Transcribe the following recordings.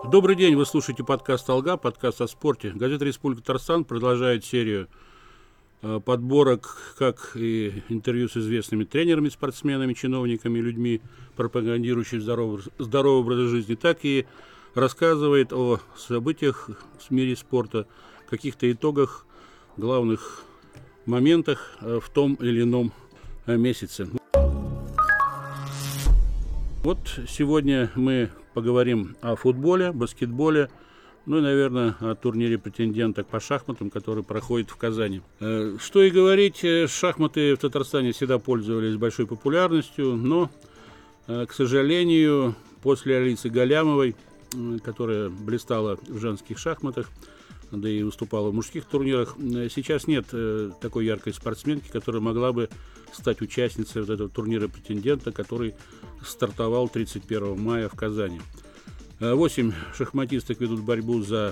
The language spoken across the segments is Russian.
Добрый день, вы слушаете подкаст «Алга», подкаст о спорте. Газета «Республика Татарстан» продолжает серию подборок, как и интервью с известными тренерами, спортсменами, чиновниками, людьми, пропагандирующими здоровый образ жизни, так и рассказывает о событиях в мире спорта, каких-то итогах, главных моментах в том или ином месяце. Вот сегодня мы поговорим о футболе, баскетболе, ну и, наверное, о турнире претенденток по шахматам, который проходит в Казани. Что и говорить, шахматы в Татарстане всегда пользовались большой популярностью, но, к сожалению, после Алисы Галямовой, которая блистала в женских шахматах, да и выступала в мужских турнирах, сейчас нет такой яркой спортсменки, которая могла бы стать участницей вот этого турнира претендента, который стартовал 31 мая в Казани. 8 шахматисток ведут борьбу за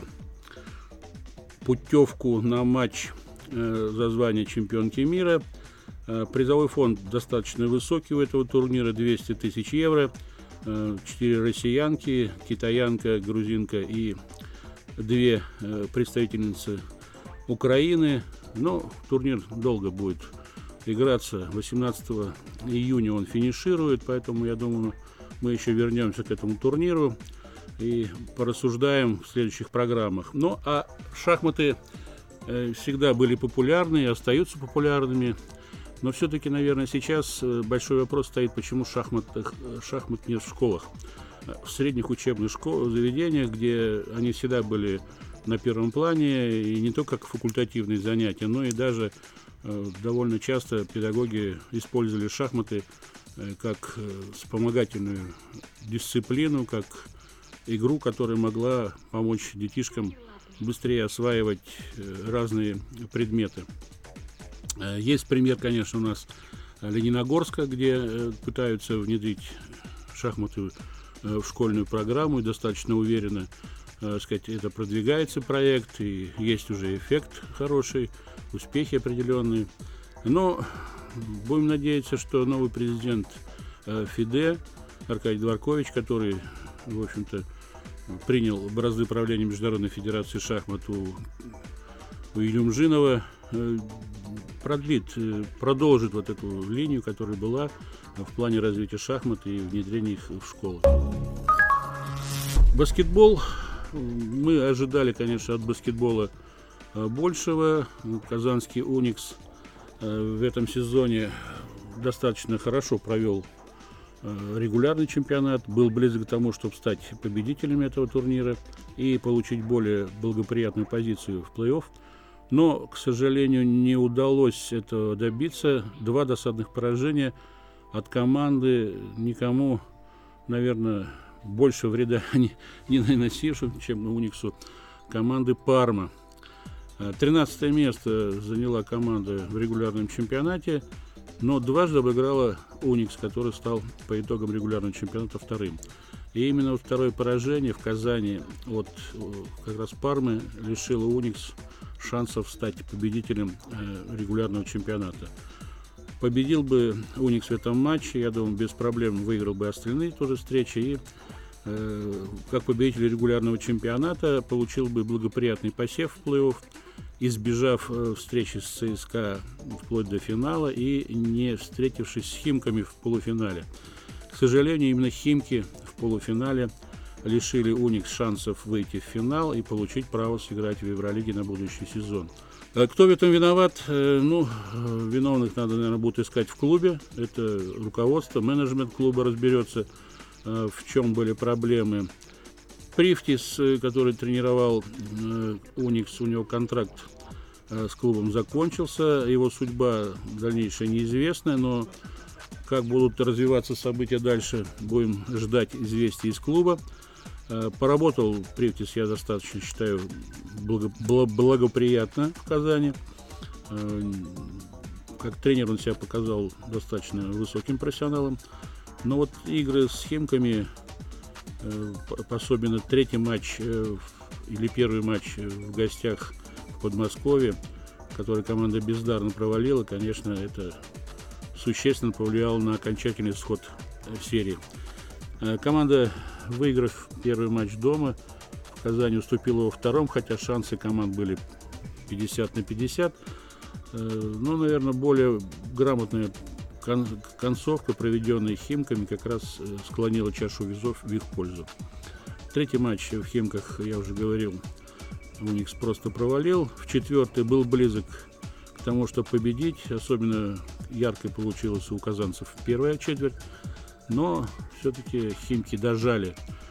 путевку на матч за звание чемпионки мира. Призовой фонд достаточно высокий у этого турнира, 200 тысяч евро. 4 россиянки, китаянка, грузинка и 2 представительницы Украины. Но турнир долго будет играться. 18 июня он финиширует, поэтому, я думаю, мы еще вернемся к этому турниру и порассуждаем в следующих программах. Ну, а шахматы всегда были популярны и остаются популярными. Но все-таки, наверное, сейчас большой вопрос стоит, почему шахмат нет в школах. В средних учебных заведениях, где они всегда были на первом плане, и не только как факультативные занятия, но и даже довольно часто педагоги использовали шахматы как вспомогательную дисциплину, как игру, которая могла помочь детишкам быстрее осваивать разные предметы. Есть пример, конечно, у нас Лениногорска, где пытаются внедрить шахматы в школьную программу, и достаточно уверенно, сказать, это продвигается проект, и есть уже эффект хороший, успехи определенные. Но будем надеяться, что новый президент ФИДЕ Аркадий Дворкович, который, в общем-то, принял бразды правления Международной Федерации шахмат у Илюмжинова, продолжит вот эту линию, которая была в плане развития шахмат и внедрения их в школы. Баскетбол. Мы ожидали, конечно, от баскетбола большего. Казанский «Уникс» в этом сезоне достаточно хорошо провел регулярный чемпионат, был близок к тому, чтобы стать победителем этого турнира и получить более благоприятную позицию в плей-офф. Но, к сожалению, не удалось этого добиться. 2 досадных поражения от команды, никому, наверное, больше вреда не наносившим, чем «Униксу», команды «Парма». 13 место заняла команда в регулярном чемпионате, но дважды обыграла «Уникс», который стал по итогам регулярного чемпионата вторым. И именно вот второе поражение в Казани от как раз «Пармы» лишило «Уникс» шансов стать победителем регулярного чемпионата. Победил бы «Уникс» в этом матче, я думаю, без проблем выиграл бы остальные тоже встречи и как победитель регулярного чемпионата получил бы благоприятный посев в плей-офф, избежав встречи с ЦСКА вплоть до финала и не встретившись с «Химками» в полуфинале. К сожалению, именно «Химки» в полуфинале лишили «Уникс» шансов выйти в финал и получить право сыграть в Евролиге на будущий сезон. Кто в этом виноват? Виновных надо, наверное, будет искать в клубе. Это руководство, менеджмент клуба разберется, в чем были проблемы. Привтис, который тренировал «Уникс», у него контракт с клубом закончился. Его судьба дальнейшая неизвестна, но как будут развиваться события дальше, будем ждать известий из клуба. Поработал Привтис, я достаточно считаю, благоприятно в Казани. Как тренер он себя показал достаточно высоким профессионалом. Но вот игры с «Химками», особенно третий матч или первый матч в гостях в Подмосковье, который команда бездарно провалила, конечно, это существенно повлияло на окончательный исход серии. Команда, выиграв первый матч дома, Казань уступила во втором, хотя шансы команд были 50 на 50. Но, наверное, более грамотная концовка, проведенная Химками, как раз склонила чашу весов в их пользу. Третий матч в Химках, я уже говорил, Уникс просто провалил. В четвертый был близок к тому, чтобы победить. Особенно яркой получилось у казанцев первая четверть. Но все-таки Химки дожали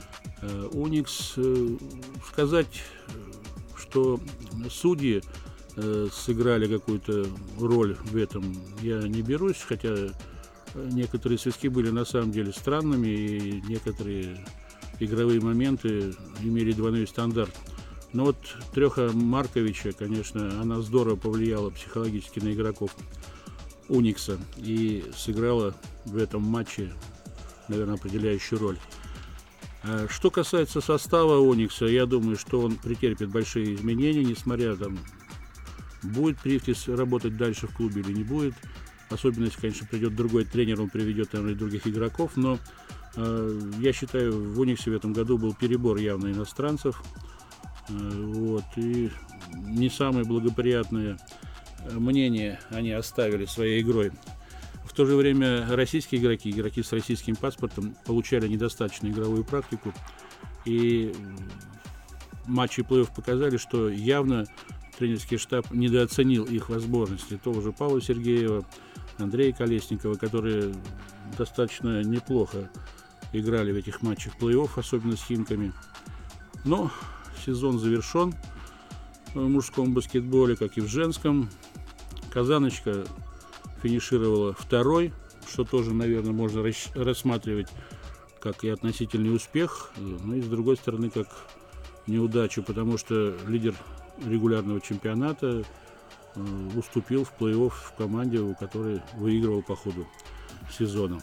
Уникс. Сказать, что судьи сыграли какую-то роль в этом, я не берусь, хотя некоторые свистки были на самом деле странными, и некоторые игровые моменты имели двойной стандарт. Но вот треха Марковича, конечно, она здорово повлияла психологически на игроков Уникса и сыграла в этом матче, наверное, определяющую роль. Что касается состава Уникса, я думаю, что он претерпит большие изменения, несмотря там, будет Привтис работать дальше в клубе или не будет. Особенно, если, конечно, придет другой тренер, он приведет, наверное, и других игроков. Но я считаю, в Униксе в этом году был перебор явно иностранцев. Вот, и не самое благоприятное мнение они оставили своей игрой. В то же время российские игроки с российским паспортом получали недостаточную игровую практику. И матчи плей-офф показали, что явно тренерский штаб недооценил их возможности. Того же Павла Сергеева, Андрея Колесникова, которые достаточно неплохо играли в этих матчах плей-офф, особенно с Химками. Но сезон завершен в мужском баскетболе, как и в женском. Казаночка финишировала второй, что тоже, наверное, можно рассматривать как и относительный успех, но и с другой стороны как неудачу, потому что лидер регулярного чемпионата уступил в плей-офф в команде, у которой выигрывал по ходу сезона.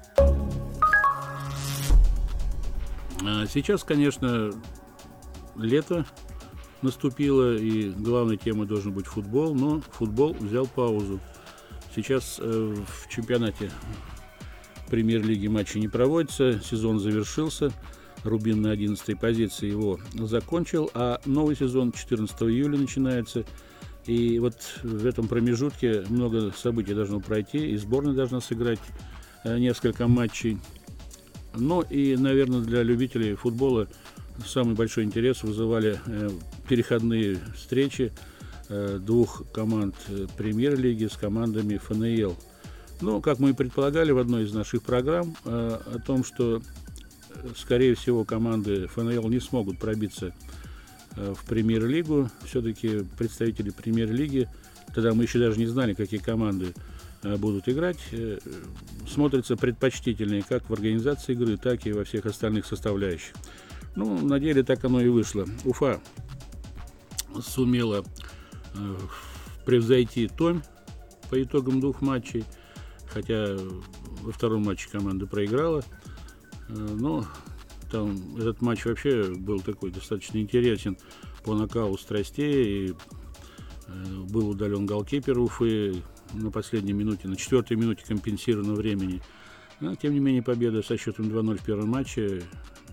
Сейчас, конечно, лето наступило, и главной темой должен быть футбол, но футбол взял паузу. Сейчас в чемпионате премьер-лиги матчи не проводятся, сезон завершился. Рубин на 11-й позиции его закончил, а новый сезон 14 июля начинается. И вот в этом промежутке много событий должно пройти, и сборная должна сыграть несколько матчей. Ну и, наверное, для любителей футбола самый большой интерес вызывали переходные встречи двух команд премьер-лиги с командами ФНЛ. Ну, как мы и предполагали в одной из наших программ, о том, что скорее всего, команды ФНЛ не смогут пробиться в премьер-лигу. Все-таки представители премьер-лиги, тогда мы еще даже не знали, какие команды будут играть, смотрятся предпочтительнее как в организации игры, так и во всех остальных составляющих. Ну, на деле так оно и вышло. Уфа сумела превзойти Томь по итогам двух матчей, хотя во втором матче команда проиграла. Но там этот матч вообще был такой достаточно интересен по накалу страстей. И был удален голкипер Уфы на последней минуте, на 4-й минуте компенсированного времени. Но, тем не менее, победа со счетом 2-0 в первом матче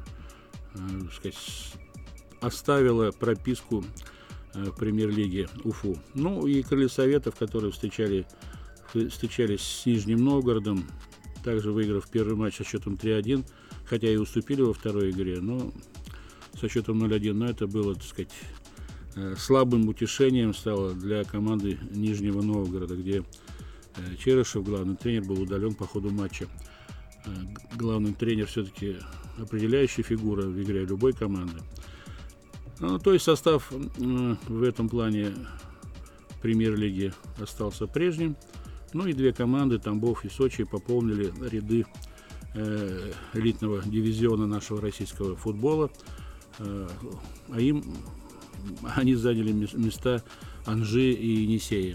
оставила прописку в премьер-лиге Уфу. Ну и крылья Советов, которые встречались с Нижним Новгородом, также выиграв первый матч со счетом 3-1, хотя и уступили во второй игре, но со счетом 0-1, но это было, так сказать, слабым утешением стало для команды Нижнего Новгорода, где Черышев, главный тренер, был удален по ходу матча. Главный тренер все-таки определяющая фигура в игре любой команды. Ну, то есть состав в этом плане премьер-лиги остался прежним. Ну и две команды, Тамбов и Сочи, пополнили ряды элитного дивизиона нашего российского футбола. Они заняли места Анжи и Енисея.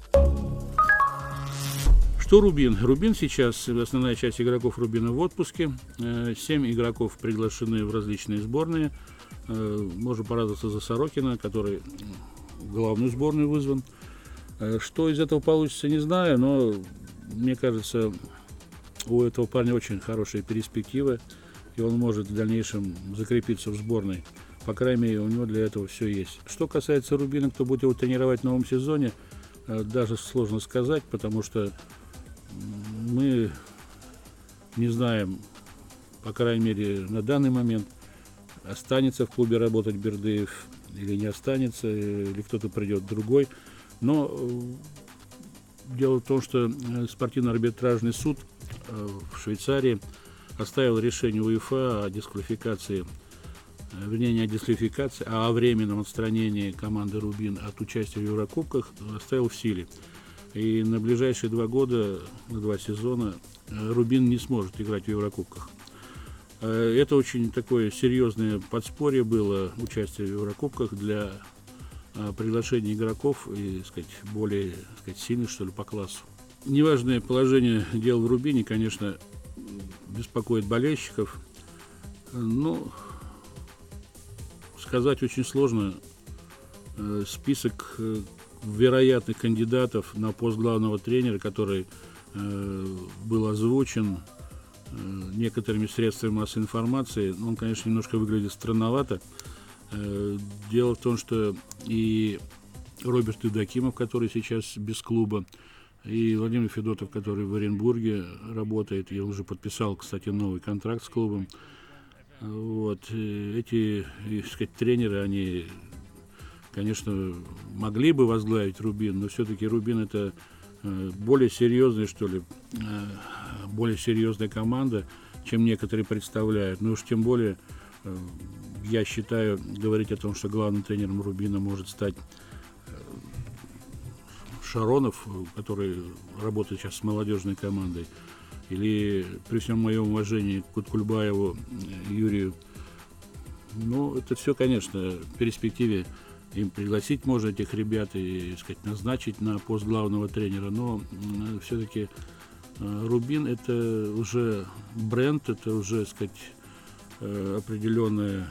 Что Рубин? Рубин сейчас, основная часть игроков Рубина в отпуске. 7 игроков приглашены в различные сборные. Можно порадоваться за Сорокина, который в главную сборную вызван. Что из этого получится, не знаю, но мне кажется, у этого парня очень хорошая перспектива, и он может в дальнейшем закрепиться в сборной По крайней мере, у него для этого все есть. Что касается Рубина, кто будет его тренировать в новом сезоне, даже сложно сказать, потому что мы не знаем, по крайней мере, на данный момент, останется в клубе работать Бердыев или не останется, или кто-то придет другой. Но дело в том, что спортивно-арбитражный суд в Швейцарии оставил решение УЕФА о дисквалификации, вернее, не о дисквалификации, а о временном отстранении команды «Рубин» от участия в Еврокубках оставил в силе. И на ближайшие 2 года, на 2 сезона «Рубин» не сможет играть в Еврокубках. Это очень такое серьезное подспорье было, участие в Еврокубках, для приглашения игроков и, более сильных, что ли, по классу. Неважное положение дел в «Рубине», конечно, беспокоит болельщиков. Но сказать очень сложно. Список вероятных кандидатов на пост главного тренера, который был озвучен некоторыми средствами массовой информации, он, конечно, немножко выглядит странновато. Дело в том, что и Роберт Евдокимов, который сейчас без клуба, и Владимир Федотов, который в Оренбурге работает, я уже подписал, кстати, новый контракт с клубом. Вот. Эти, тренеры, они, конечно, могли бы возглавить «Рубин», но все-таки «Рубин» — это более серьезная, что ли, более серьезная команда, чем некоторые представляют. Ну уж тем более, я считаю, говорить о том, что главным тренером «Рубина» может стать Шаронов, который работает сейчас с молодежной командой, или, при всем моем уважении к Куткульбаеву Юрию, ну, это все, конечно, в перспективе им пригласить можно этих ребят и, назначить на пост главного тренера, но все-таки «Рубин» — это уже бренд, это уже, определенная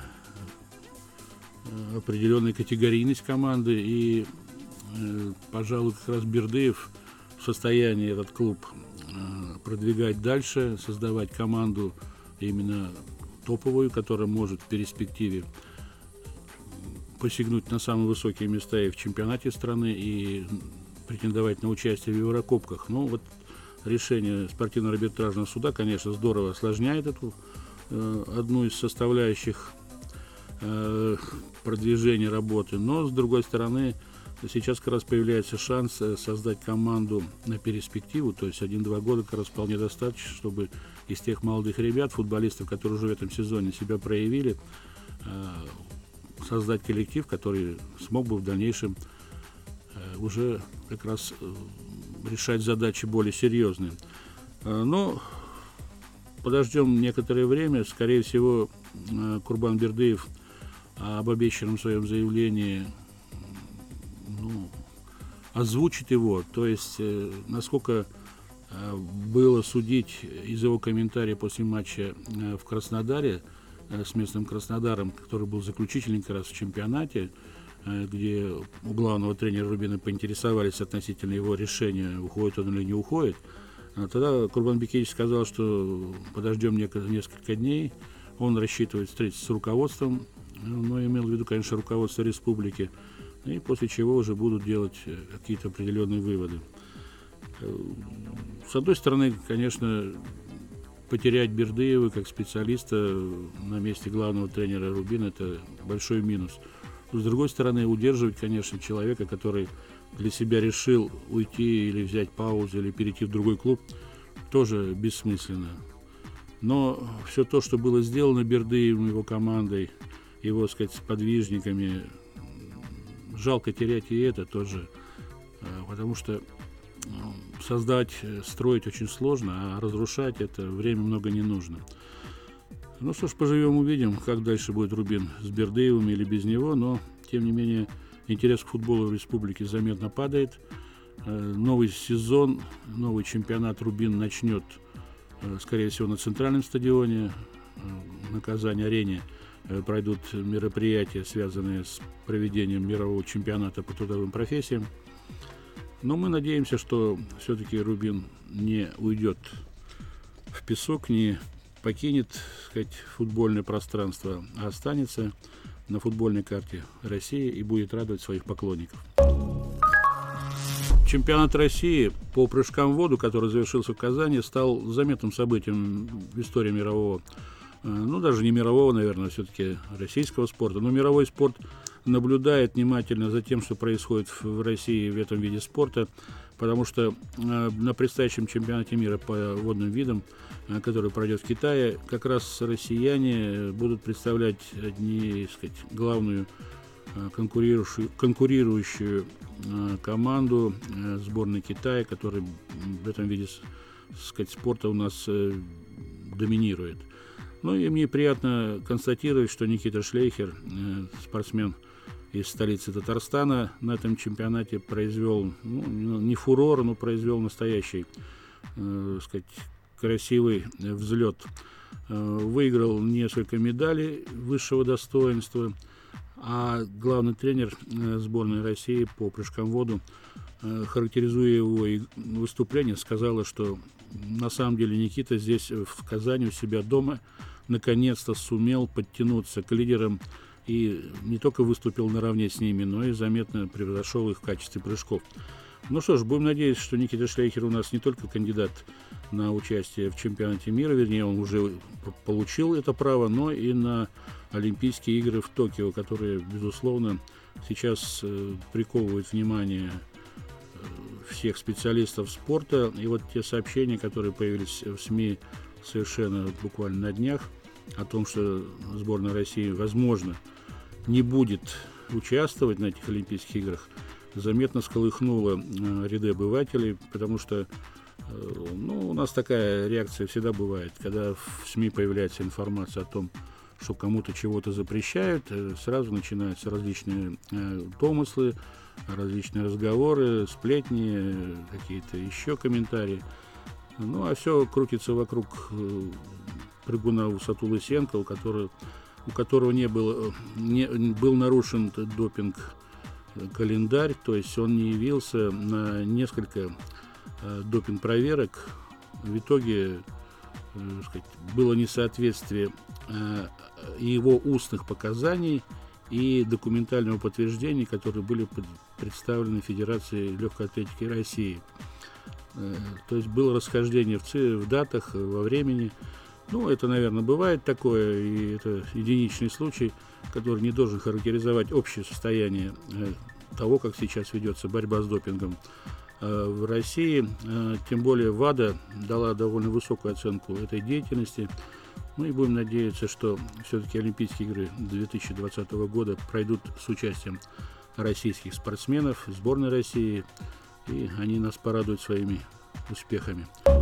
категорийность команды, и, пожалуй, как раз Бердыев в состоянии этот клуб продвигать дальше, создавать команду именно топовую, которая может в перспективе посягнуть на самые высокие места и в чемпионате страны, и претендовать на участие в Еврокубках. Ну, вот решение спортивно-арбитражного суда, конечно, здорово осложняет эту одну из составляющих продвижения работы, но, с другой стороны, сейчас как раз появляется шанс создать команду на перспективу, то есть 1-2 года как раз вполне достаточно, чтобы из тех молодых ребят, футболистов, которые уже в этом сезоне себя проявили, создать коллектив, который смог бы в дальнейшем уже как раз решать задачи более серьезные. Но подождем некоторое время. Скорее всего, Курбан Бердыев об обещанном своем заявлении озвучит его. То есть, насколько было судить из его комментария после матча в Краснодаре с местным Краснодаром, который был заключительный как раз в чемпионате, где у главного тренера «Рубина» поинтересовались относительно его решения, уходит он или не уходит. Тогда Курбан Бекеевич сказал, что подождем несколько дней, он рассчитывает встретиться с руководством, но имел в виду, конечно, руководство республики, и после чего уже будут делать какие-то определенные выводы. С одной стороны, конечно, потерять Бердыева как специалиста на месте главного тренера «Рубин» — это большой минус. С другой стороны, удерживать, конечно, человека, который для себя решил уйти или взять паузу, или перейти в другой клуб, тоже бессмысленно. Но все то, что было сделано Бердыевым, его командой, его, сподвижниками, жалко терять и это тоже, потому что создать, строить очень сложно, а разрушать это время много не нужно. Ну что ж, поживем, увидим, как дальше будет «Рубин» с Бердыевым или без него, но, тем не менее, интерес к футболу в республике заметно падает. Новый сезон, новый чемпионат «Рубин» начнет, скорее всего, на центральном стадионе, на Казань-арене пройдут мероприятия, связанные с проведением мирового чемпионата по трудовым профессиям. Но мы надеемся, что все-таки «Рубин» не уйдет в песок, не покинет, футбольное пространство, а останется на футбольной карте России и будет радовать своих поклонников. Чемпионат России по прыжкам в воду, который завершился в Казани, стал заметным событием в истории мирового, даже не мирового, наверное, все-таки российского спорта, но мировой спорт наблюдает внимательно за тем, что происходит в России в этом виде спорта, потому что на предстоящем чемпионате мира по водным видам, который пройдет в Китае, как раз россияне будут представлять главную конкурирующую команду сборной Китая, которая в этом виде спорта у нас доминирует. И мне приятно констатировать, что Никита Шлейхер, спортсмен из столицы Татарстана, на этом чемпионате произвел, не фурор, но произвел настоящий, красивый взлет. Выиграл несколько медалей высшего достоинства, а главный тренер сборной России по прыжкам в воду, характеризуя его выступление, сказала, что на самом деле Никита здесь, в Казани, у себя дома, наконец-то сумел подтянуться к лидерам и не только выступил наравне с ними, но и заметно превзошел их в качестве прыжков. Что ж, будем надеяться, что Никита Шлейхер у нас не только кандидат на участие в чемпионате мира, вернее, он уже получил это право, но и на Олимпийские игры в Токио, которые, безусловно, сейчас приковывают внимание всех специалистов спорта. И вот те сообщения, которые появились в СМИ совершенно буквально на днях, о том, что сборная России, возможно, не будет участвовать на этих Олимпийских играх, заметно всколыхнуло ряды обывателей, потому что у нас такая реакция всегда бывает, когда в СМИ появляется информация о том, что кому-то чего-то запрещают, сразу начинаются различные домыслы, различные разговоры, сплетни, какие-то еще комментарии. А все крутится вокруг прыгуна Усату Лысенко, у которого был нарушен допинг-календарь, то есть он не явился на несколько допинг-проверок. В итоге было несоответствие его устных показаний и документального подтверждения, которые были представлены Федерацией легкой атлетики России. То есть было расхождение в датах, во времени. Это, наверное, бывает такое, и это единичный случай, который не должен характеризовать общее состояние того, как сейчас ведется борьба с допингом в России. Тем более ВАДА дала довольно высокую оценку этой деятельности. И будем надеяться, что все-таки Олимпийские игры 2020 года пройдут с участием российских спортсменов, сборной России, и они нас порадуют своими успехами.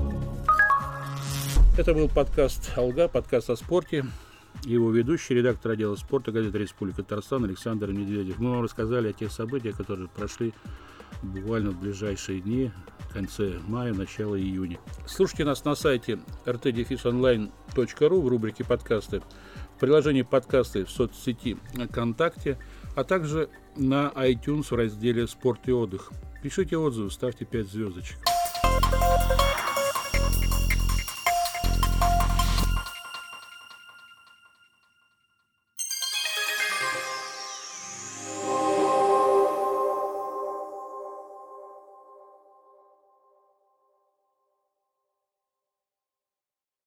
Это был подкаст «Алга», подкаст о спорте. Его ведущий, редактор отдела спорта газеты «Республика Татарстан» Александр Медведев. Мы вам рассказали о тех событиях, которые прошли буквально в ближайшие дни, в конце мая, начало июня. Слушайте нас на сайте rt-online.ru в рубрике «Подкасты», в приложении «Подкасты» в соцсети ВКонтакте, а также на iTunes в разделе «Спорт и отдых». Пишите отзывы, ставьте 5 звездочек.